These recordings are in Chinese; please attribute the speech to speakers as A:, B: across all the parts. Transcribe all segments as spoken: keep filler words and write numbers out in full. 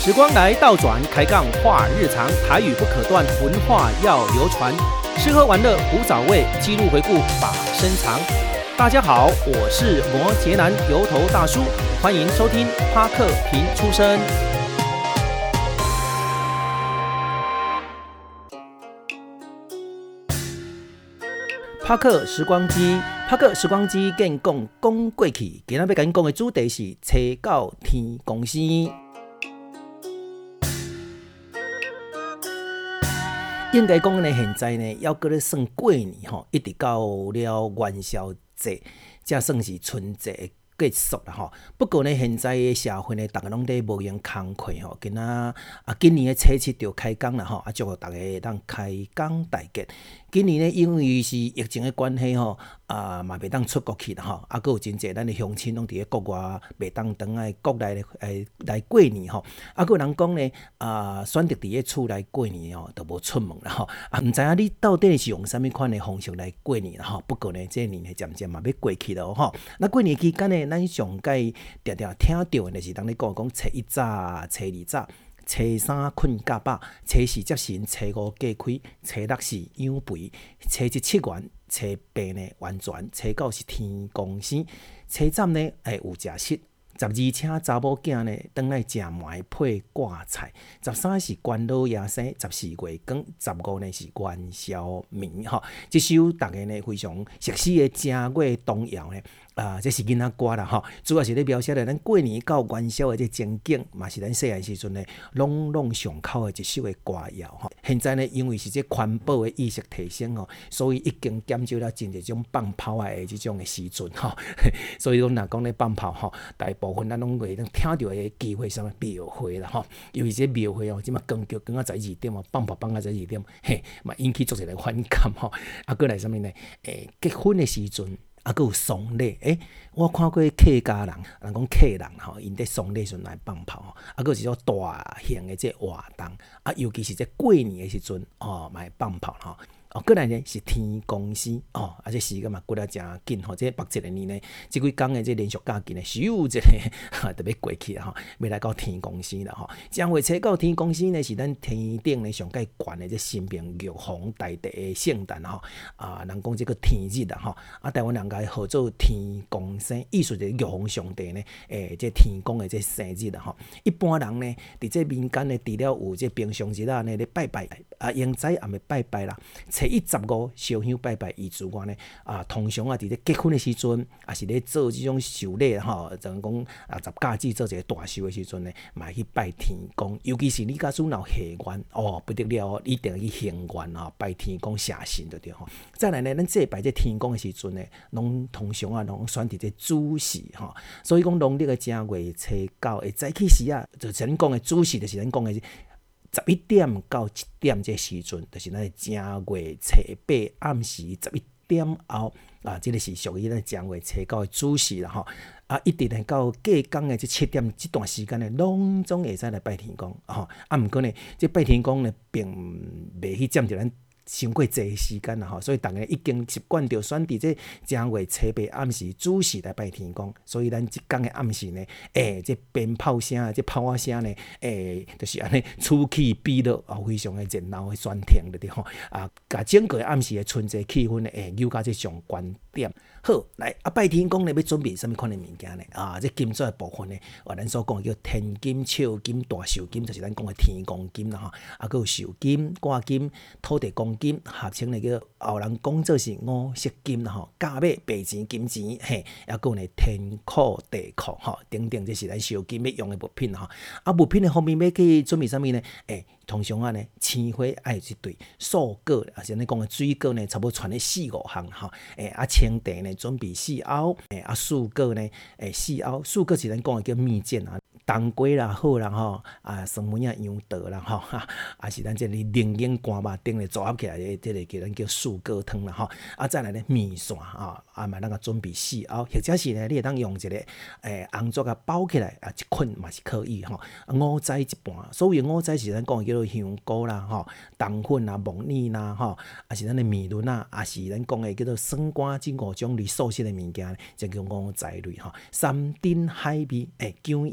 A: 时光来倒转，开杠话日常，台语不可断，文化要流传。吃喝玩乐古早味，记录回顾把深藏。大家好，我是摩羯男油头大叔，欢迎收听帕克评出身。帕克时光机，帕克时光机跟讲讲过去，今仔要跟讲的主题是找到天公生。应该讲呢，现在呢，要搁咧算过年吼，一直到了元宵节，才算是春节结束啦吼。不过呢，现在的社会呢，大家拢在无闲工课吼，今仔啊，今年的初七就开工啦吼，啊，祝福大家当开工大吉。今年呢，因为是疫情的关系吼，啊，嘛袂当出国去啦吼，啊，佫有真济咱的乡亲拢伫咧国外，袂当倒来国内诶来过年吼，啊，佫有人讲呢，啊，选择伫咧厝内过年吼，都无出门啦吼，啊，毋知影你到底是用啥物款的方式来过年啦吼。不过呢，这年呢渐渐嘛要过去了吼。那过年期间呢，咱上届常常听到的就是当咧讲讲初一早、初二早。初三困甲饱，初四接神，初五过开，初六是养肥，初七七元，初八呢完全，初九是天公生，初十呢会有食食。十二请查某囝呢，转来食糜配挂菜。十三是关老爷生，十四月光，十五呢是元宵暝吼。这首大家呢非常熟悉的正月童谣呢，啊，这是囡仔歌啦吼。主要是咧描写咧咱过年到元宵的这情景，嘛是咱细汉时阵呢朗朗上口的一首的歌谣吼。现在呢，因为是这环保的意识提升吼，所以已经减少了真侪种放炮的这种的时阵吼。所以讲若讲咧放炮吼，大部分咱拢会当听到的机会上庙会啦吼，尤其是庙会哦，即马光叫光啊十一二点哦，放炮放啊十一二点，嘿，嘛引起足侪个反感吼。啊，过来啥物呢？诶，结婚的时阵。啊，佫有丧礼，诶、欸，我看过客家人，人讲客人吼，因伫丧礼时阵来放炮吼，啊，佫有一种大型的这活动，啊，尤其是这过年的时阵，哦，嘛会放炮吼。哦，过来呢是天公生哦，啊，这时间嘛过了真紧吼，这北一个年呢，即几工的这连续假期呢，咻一个特别过去啦吼，要来到天公生啦吼。正月初九天公生呢，是咱天顶呢上界悬的这神明玉皇大帝的圣诞吼，啊，人讲这个天日啦吼，啊，台湾人家号做天公生，意思就是玉皇上帝呢，诶、欸，这天公的这生日啦吼。一般人呢，伫这民间呢，除了有这平常日啊，呢咧拜拜，啊，迎仔也咪拜拜啦。初一十五烧香拜拜以之外呢，啊，通常啊，伫咧结婚的时阵，也是咧做即种寿礼吼，就讲啊，十假日做一个大寿的时阵呢，嘛去拜天公。尤其是你家属若下愿哦，不得了，一定要去行愿吼，拜天公谢神就对吼。再来呢，咱祭拜这天公的时阵呢，拢通常啊，拢选伫这主时吼。所以讲农历的正月初九的早起时啊，就咱讲的主时，就是咱讲的。十一点到一点这时阵，就是咱正月初八暗时十一点后啊，这个是属于咱正月初九的主时啦吼。啊，一直呢到过工的这七点这段时间呢，拢总会使来拜天公吼。啊，毋过呢，这拜天公呢，并袂去占着咱。伤过济时间啦吼，所以大家已经习惯着选伫这正月初八暗时主时来拜天公，所以咱即工的暗时呢，诶、欸，这鞭炮声、这炮仔声呢，诶、欸，就是安尼此起彼落啊，非常的热闹的宣听的吼啊，甲整个暗时的春节气氛呢，诶、欸，扭到这上悬点。好，来啊，拜天公呢要准备什么款的物件呢？啊，这金纸的部分呢，啊，咱所讲的叫天金、笑金、大寿金，就是咱讲的天公金啦吼，啊，佫有寿金、挂金、土地公。金合称咧叫后人讲做是五色金啦吼，加码白钱金钱嘿，还有呢天库地库吼，等等，这是咱烧金要用的物品吼。啊，物品的方面要去准备啥物呢？诶、欸，通常啊呢，青花爱一对，素果啊，像你讲的水果呢，差不多传咧四五项吼。诶、欸，啊青茶呢准备四包，诶、欸，啊素果呢，诶、欸、四包，素果是咱讲的叫蜜饯啊。冬瓜啦好啦吼，啊酸梅啊杨桃啦吼，啊是咱这里零眼干肉丁咧组合起来的，这个叫咱叫素果汤啦吼。啊再来咧面线啊，啊嘛咱个准备四包，或者是咧你会当用一个诶红竹啊包起来啊一捆嘛是可以吼。五仔一半，所谓五仔是咱讲叫做香菇啦吼，冬粉啊、木耳啦吼，啊是咱的面轮啊，啊是咱讲的叫做酸瓜这五种类素食的物件，就叫五仔类吼。山珍海味诶，姜盐糖。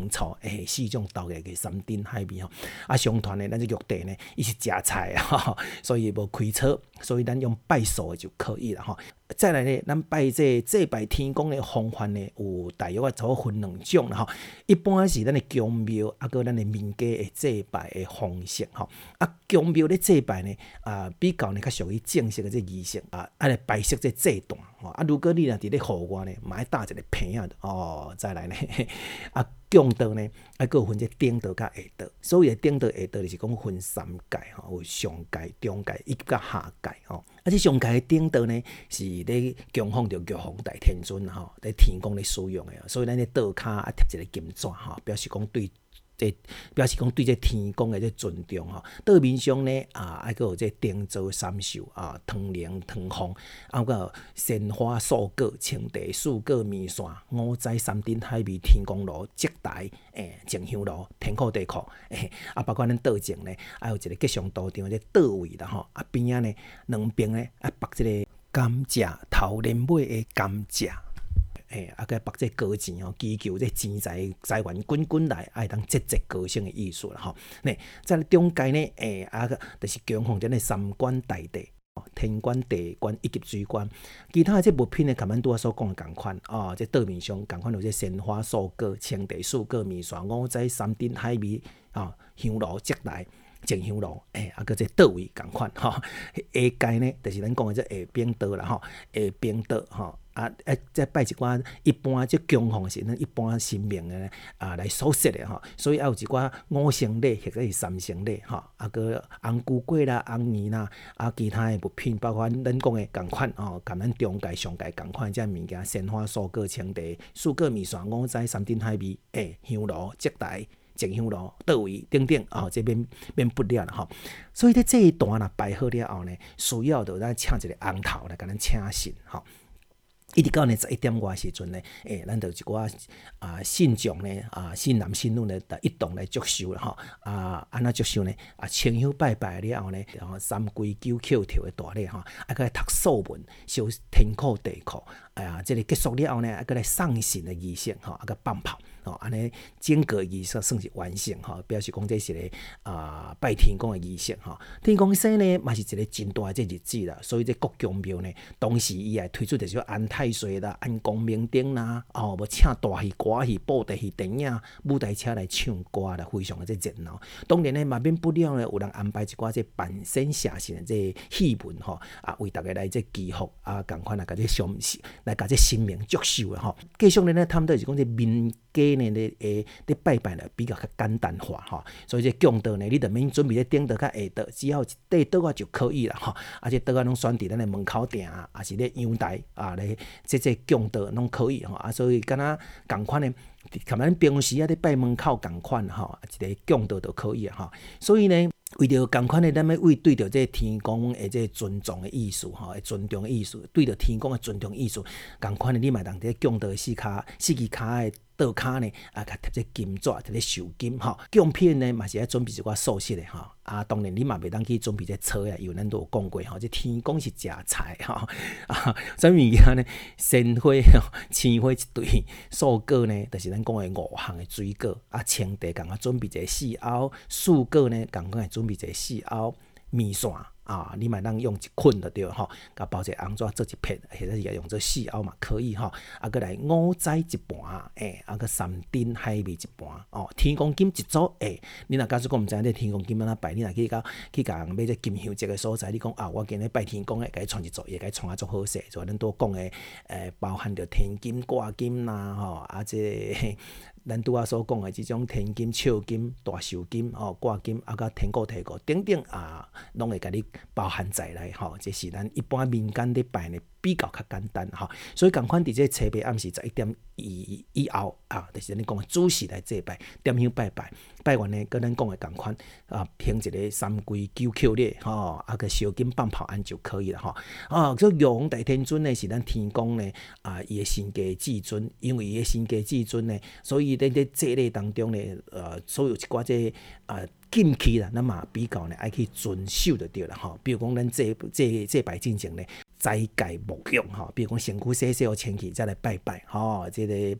A: 糖醋，诶，四种豆嘅嘅三珍海味吼。啊，相传呢，咱这玉帝呢，伊是食菜啊，所以无开错，所以咱用拜素就可以了吼。再来呢，咱拜这祭拜天公的方法呢，有大约啊，做分两种啦吼。一般是咱的宫庙，啊个咱的民间的祭拜的方式吼。啊，宫庙咧祭拜呢，啊比较呢较属于正式的这仪式啊，啊来拜设这祭坛吼。啊，如果你若伫咧户外呢，嘛爱搭一个棚啊，哦，再来呢，啊。供道呢，啊，佫有分这顶道甲下道。所谓的顶道下道就是讲分三界吼，有上界、中界以及甲下界吼。啊，这上界的顶道呢，是咧供奉着玉皇大天尊吼，咧天公咧使用的，所以咱咧道骹啊贴一个金纸吼，表示讲对。这表示讲对这天公的这尊重吼，道面上呢啊，还佫有这灯烛三寿啊，汤莲汤风，啊个鲜花素果、青茶、素果、面线、五斋三珍海味、天公炉、烛台、诶净香炉、天库地库，诶啊，包括咱道前呢，还有一个吉祥道场的道位啦吼，啊边仔呢两边呢啊摆这个甘蔗头连尾的甘蔗。诶，啊，个绑这高钱吼，祈求这钱财财源滚滚来，爱当节节高升的意思啦吼。呢，在中间呢，诶，啊个就是供奉这三官大帝，天官、地官以及水官。其他的这物品呢，甲咱拄仔所讲的共款哦，这道面上共款有这鲜花、素果、青茶、素果、面线、五斋、三珍海味啊，香炉、烛台。净香炉，诶，啊，个这道位共款吼。下界呢，就是咱讲的这下边道啦吼，下边道吼。啊，啊，再拜一寡一般即供奉是咱一般神明的啊来所设的吼，所以还有一寡五行礼或者是三行礼吼，啊个红菇粿啦、红面啦，啊其他的物品，包括咱讲的共款吼，甲咱中界、上界共款这物件，鲜花、素果、青茶、素果、面线、五斋、三珍海味，诶，香炉、烛台。净香炉、道位等等啊，这免免不了啦吼。所以咧这一段啦摆好了后呢，需要着咱请一个红头来甲咱请神吼。一直到呢十一点外时阵呢，诶，咱就一寡啊信众呢啊信男信女呢，一同来祝寿啦吼。啊，安怎祝寿呢？啊，清香拜拜了后呢，然后三跪九叩头的大礼吼，啊，个来读素文，修天库地库，哎呀，这个结束了后呢，啊，个来送神的仪式吼，啊，个放炮。哦，安尼整个仪式算是完成吼，表示讲这是个啊拜天公的仪式吼。天公生呢，嘛是一个真大的这日子啦，所以这国宫庙呢，当时伊也推出就是安太岁啦、安光明灯啦，哦，无请大戏、歌戏、布袋戏、电影、舞台车来唱歌啦，非常的这热闹。当然呢，嘛免不了呢，有人安排一寡这扮仙下神的这戏文吼，啊，为大家来这祈福啊，共款来甲这相来甲这神明祝寿啦吼。继续呢，他们都是讲这民间呢咧诶，咧拜拜呢比较较简单化吼，所以这供道呢，你著免准备咧顶道较下道，只要一块道啊就可以啦吼。啊，这道啊拢选伫咱的门口埕啊，还是咧阳台啊，咧这这供道拢可以吼。啊，所以敢若共款呢，含咱平时啊咧拜门口共款吼，一个供道就可以啊吼。所以呢，为着共款的，咱要为对着这天公的这尊重的意思吼，尊重的意思，对着天公的尊重意思，共款的你嘛当伫供道四骹四支骹的。道骹呢，啊，甲贴只金纸，贴只寿金吼。供品呢，嘛是要准备一寡素食的吼。啊，当然你嘛袂当去准备这草呀，因为咱都有讲过吼，这天公是食菜吼。啊，啥物件呢？鲜花、青花一对，素果呢，就是咱讲的五项的水果。啊，青茶共我准备一个四凹，素果呢，共我准备一个四凹面线。啊，你嘛当用一捆就对吼，甲包一个红纸做一片，或者是用做四凹嘛可以吼。啊，过来五斋一盘，诶，啊个三珍海味一盘，哦，天公金一组，诶，你若假使讲毋知影这天公金安怎拜，你若去到去甲人买这金香节的所在，你讲啊，我今日拜天公诶，甲伊传一组，也甲伊传啊足好势，就咱拄讲诶，诶，包含着天金、挂金啦，吼，啊这。咱拄仔所讲的即种天金、笑金、大寿金、吼挂金，啊，甲天库地库等等啊，拢会甲你包含在内吼。这是咱一般民间咧拜呢比较较简单吼。所以共款伫这初八暗时十一点以以后啊，就是咱讲的主时来祭拜，点香拜拜，拜完呢，跟咱讲的共款啊，凭一个三跪九叩礼吼，啊个烧金放炮安就可以了吼。啊，所以玉皇大天尊呢是咱天公呢啊，伊的神家至尊，因为伊的神家至尊呢，所以咱在祭礼当中呢，呃，所有一寡这啊。禁忌啦，咱嘛比较呢爱去遵守就对啦吼。比如讲，咱这这这拜进前呢，斋戒沐浴吼，比如讲身躯洗洗好清气，再来拜拜吼。这个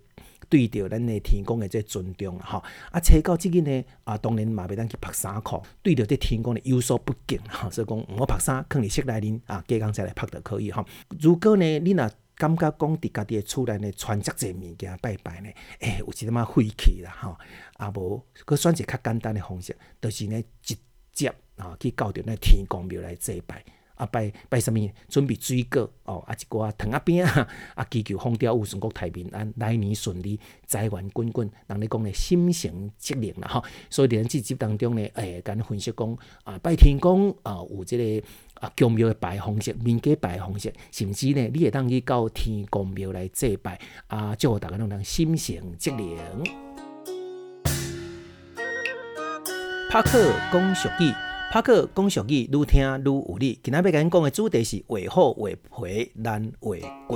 A: 对着咱的天公的这尊重啦吼。啊，初九即日呢，啊，当然嘛袂当去晒衫裤，对着这天公呢有所不敬哈，所以讲毋好晒衫，放伫室内面啊，加工再来晒就可以吼。如果呢，你若感觉讲伫家己的厝内呢，穿遮济物件拜拜呢，诶、欸，有一点仔晦气啦吼。啊无，佮选一个较简单的方式，就是呢，直接啊去到着那天公庙来祭拜。啊拜拜什么？准备水果哦，啊一寡糖仔饼啊，啊祈求风调雨顺、国泰民安、来年顺利、财源滚滚。人咧讲咧心诚则灵啦吼。所以伫咱这集当中呢，诶、欸，甲咱分析讲啊，拜天公啊，有即、這个啊宫庙的拜方式、民间拜方式，甚至呢，你会当去到天公庙来祭拜啊，祝福大家拢能心诚则灵。拍克讲俗语。拍克讲俗语，愈听愈有理。今仔要甲咱讲的主题是：话好话皮难话骨。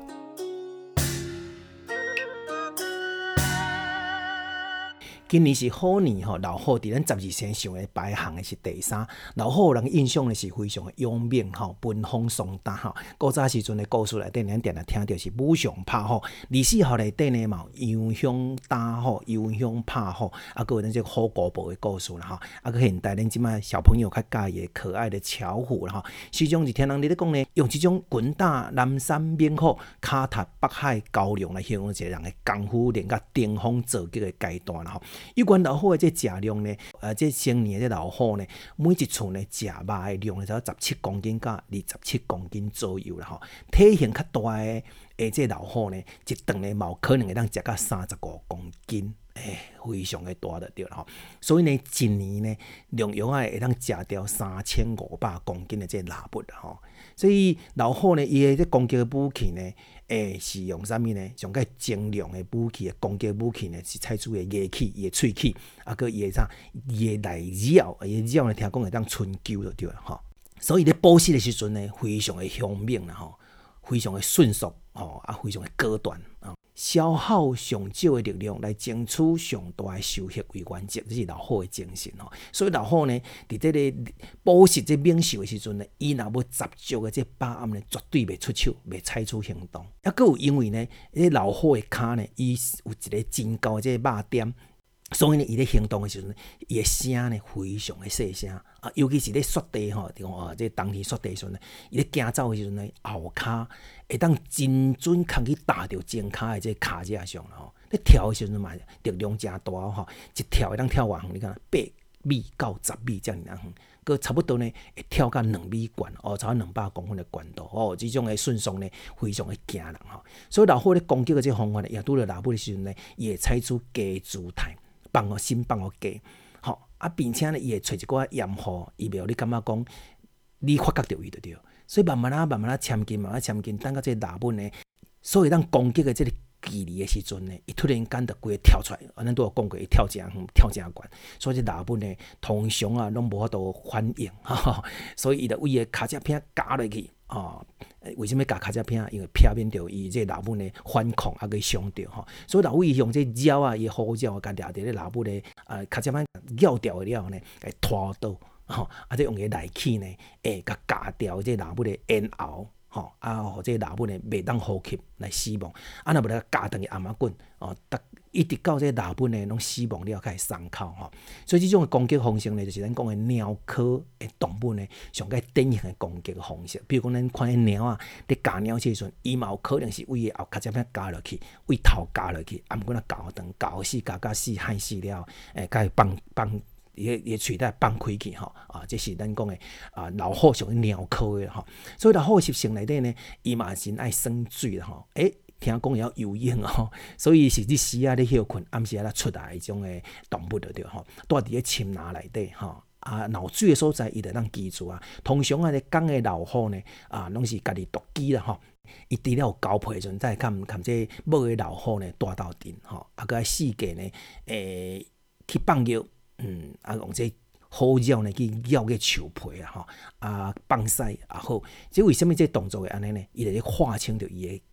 A: 今年是虎年吼，老虎伫咱十二生肖的排行的是第三。老虎人印象的是非常的勇猛吼，奔放爽达吼。古早时阵的故事内底，咱定定听到是武上拍虎，历史学内底呢嘛有杨雄打虎、杨雄拍虎，啊，佮有咱这虎姑婆的故事啦吼。啊，佮现代咱即摆小朋友较介意可爱的巧虎啦吼。时常是听人伫咧讲呢，用即种拳打南山猛虎、脚踏北海高粱来形容一个人的功夫练到顶峰造极的阶段啦吼。有关老虎的这食量呢，呃，这成年的这老虎呢，每一次呢食肉的量呢，才十七公斤到二十七公斤左右啦吼。体型较大的诶，这老虎呢，一顿呢，嘛有可能会当食到三十五公斤，诶，非常的大就对了吼。所以呢，一年呢，量用啊会当食掉三千五百公斤的这腊物啦吼。所以老虎呢，伊的这攻击的武器呢，诶，是用啥物呢？上介精良的武器，攻击武器呢，是采取的牙齿、伊的喙齿，啊，佮伊的啥，伊的内咬，伊的咬呢，听讲会当春秋就对了吼。所以咧捕食的时阵呢，非常的凶猛啦吼，非常的迅速吼，啊，非常的果断啊。消耗上少的力量来争取上大的收获为原则，这是老虎的精神吼。所以老虎呢，伫这个捕食这猛兽的时阵呢，伊若要十足的这把握呢，绝对袂出手，袂采取行动。啊，佮有因为呢，这老虎的骹呢，伊有一个真高的这肉点。所以呢，伊咧行动的时阵，伊的声呢非常的细声啊，尤其是咧雪地吼，讲啊，这冬天雪地时阵呢，伊咧行走的时阵呢，后骹会当真准扛去打着前骹的这骹架上吼。咧跳的时阵嘛，力量真大吼，一跳会当跳偌远，你看八米到十米这样远，佮差不多呢会跳到两米悬哦，差两百公分的悬度哦，这种的迅速呢非常的惊人吼。所以老虎咧攻击的这方法呢，也拄着老虎的时阵呢，伊会采取低姿态。放互心放互低，吼啊，并且呢，伊会找一寡掩护，伊袂互你感觉讲你发觉到伊就对，所以慢慢啊，慢慢啊，潜进，慢慢潜进，等到这腊物呢，所以当攻击的这个距离的时阵呢，伊突然间就规个跳出来，啊，咱都有讲过，伊跳真远，跳真悬，所以这腊物呢，通常啊，拢无法度反应，哈，所以伊就为伊骹只片夹落去。哦，为什么夹卡只片？因为避免着伊这老母呢反抗啊，佮伤着吼。所以老母伊用这鸟啊，伊呼叫啊，甲掠着咧老母咧，啊，卡只片咬掉了后呢，来拖倒，吼，啊，再用伊内气呢，诶，甲夹掉这老母的咽喉，吼，啊，或者老母呢袂当呼吸来死亡，啊，若无咧夹断伊阿妈棍，哦，得。一直到这老本呢，拢死亡了，开始伤口吼。所以这种的攻击方式呢，就是咱讲的鸟科的动物呢，上介典型的攻击方式。比如讲，咱看迄鸟啊，咧夹鸟时阵，伊嘛有可能是为伊后脚只片夹落去，为头夹落去，啊，毋过若夹长，夹死，夹甲死，害死了，诶，甲伊放放。伊伊喙带放开去吼，啊，这是咱讲的啊老虎属于鸟科的吼。所以老虎的习性内底呢，伊嘛真爱耍水啦吼，诶。听讲也要游泳哦，所以是日时啊咧休困，暗时啊咧出来迄种诶动物着对吼，住伫咧深林内底吼，啊，闹水诶所在伊着当居住啊。通常啊咧讲诶老虎呢，啊，拢是家己独居啦吼。伊除了有交配阵，再看看这母诶老虎呢大斗阵吼，啊，佮四界呢诶去放尿，嗯，啊用这好鸟呢去咬个树皮啊吼，啊放屎啊好，即为什么这动作会安尼呢？伊着咧化清着伊诶。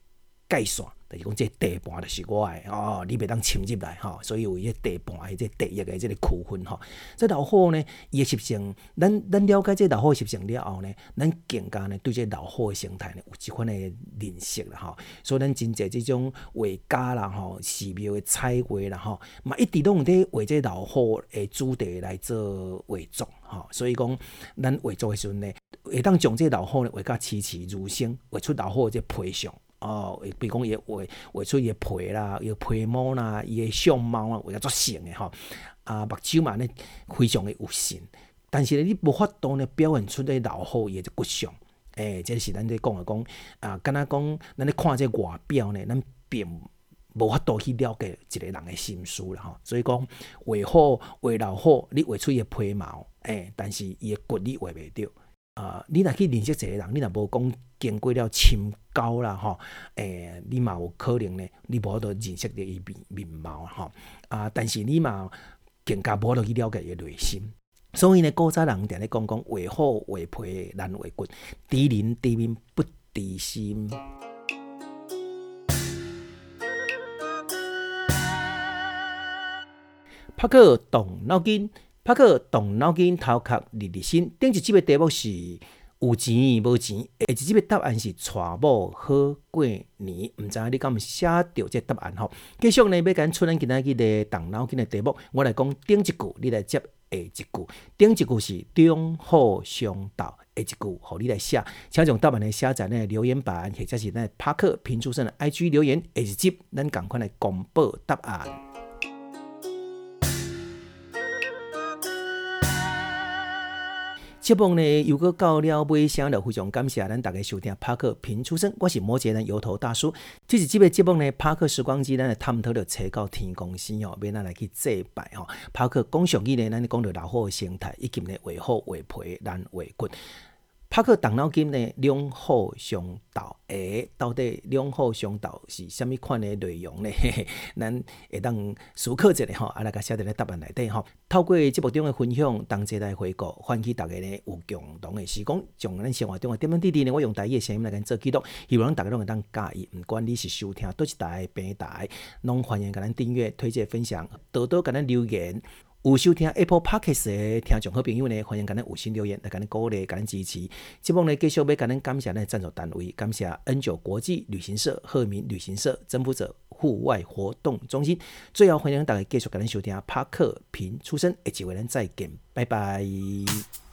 A: 界线。就是讲，这地盘就是我的哦，你袂当侵入来吼，所以有迄地盘的这地域的这个区分吼。这老虎呢，伊的习性，咱咱了解这老虎的习性了后呢，咱更加呢对这老虎的生态呢有一款的认识啦吼。所以咱真侪这种画家啦吼，寺庙的彩画啦吼，嘛一直拢有伫画这老虎的主题来做画作吼。所以讲，咱画作的时阵呢，会当将这老虎呢画甲栩栩如生，画出老虎的这皮相。哦，比如讲伊画画出伊的皮啦，伊的皮毛啦，伊的相貌啊，画甲足像的吼。啊，目睭嘛呢非常的有神，但是呢，你无法度呢表现出咧老虎伊的骨相。诶、欸，这是咱咧讲的讲啊，敢若讲咱咧看这外表呢，咱并无法度去了解一个人的心思啦吼。所以讲画虎画老虎，你画出伊的皮毛，诶、欸，但是伊的骨你画袂着。啊、呃，你若去认识一个人，你若无讲经过了深交啦吼，诶、欸，你嘛有可能呢，你无法度认识到伊面面貌吼。啊，但是你嘛更加无法度去了解伊内心。所以呢，古早人定咧讲讲画虎画皮难画骨，知人知面不知心。拍克动脑筋。拍克动脑筋，头壳日日新。顶一集的题目是有钱无钱，下一集的答案是娶某好过年。唔知你敢有写到这答案吼？继续呢，要甲出咱今仔日的动脑筋的题目，我来讲顶一句，你来接下一句。顶一句是两好相斗，下一句互你来写，请将答案呢写在呢留言板，或者是呢拍克评出生的 I G 留言。下一集咱赶快来公布答案。节目呢，又搁到了尾声了，非常感谢咱大家收听帕克评出身，我是摩羯人油头大叔。这是这个节目呢，帕克时光机咱来探讨着找到天公星哦，要咱来去祭拜吼。帕克讲俗语呢，咱讲着老虎的生态，以及呢画虎画皮难画骨。帕克动脑筋呢，两好相斗，诶，到底两好相斗是虾米款的内容呢？嘿嘿，咱会当思考一下吼，啊来甲写在咧答案内底吼。透过节目中的分享，同齐来回顾，唤起大家呢有共同的时光，将咱生活中的点点滴滴呢，我用台语的声音来甲做记录，希望大家拢会当介意，不管你是收听倒一台、平台，拢欢迎甲咱订阅、推荐、分享，多多甲咱留言。有收听 Apple Podcast 的听众好朋友呢，欢迎甲咱五星留言来甲咱鼓励、甲咱支持。节目呢，继续要甲咱感谢咱赞助单位，感谢 N 九 国际旅行社、鹤鸣旅行社、征服者户外活动中心。最后欢迎大家继续甲咱收听帕克评出身，下一回咱再见，拜拜。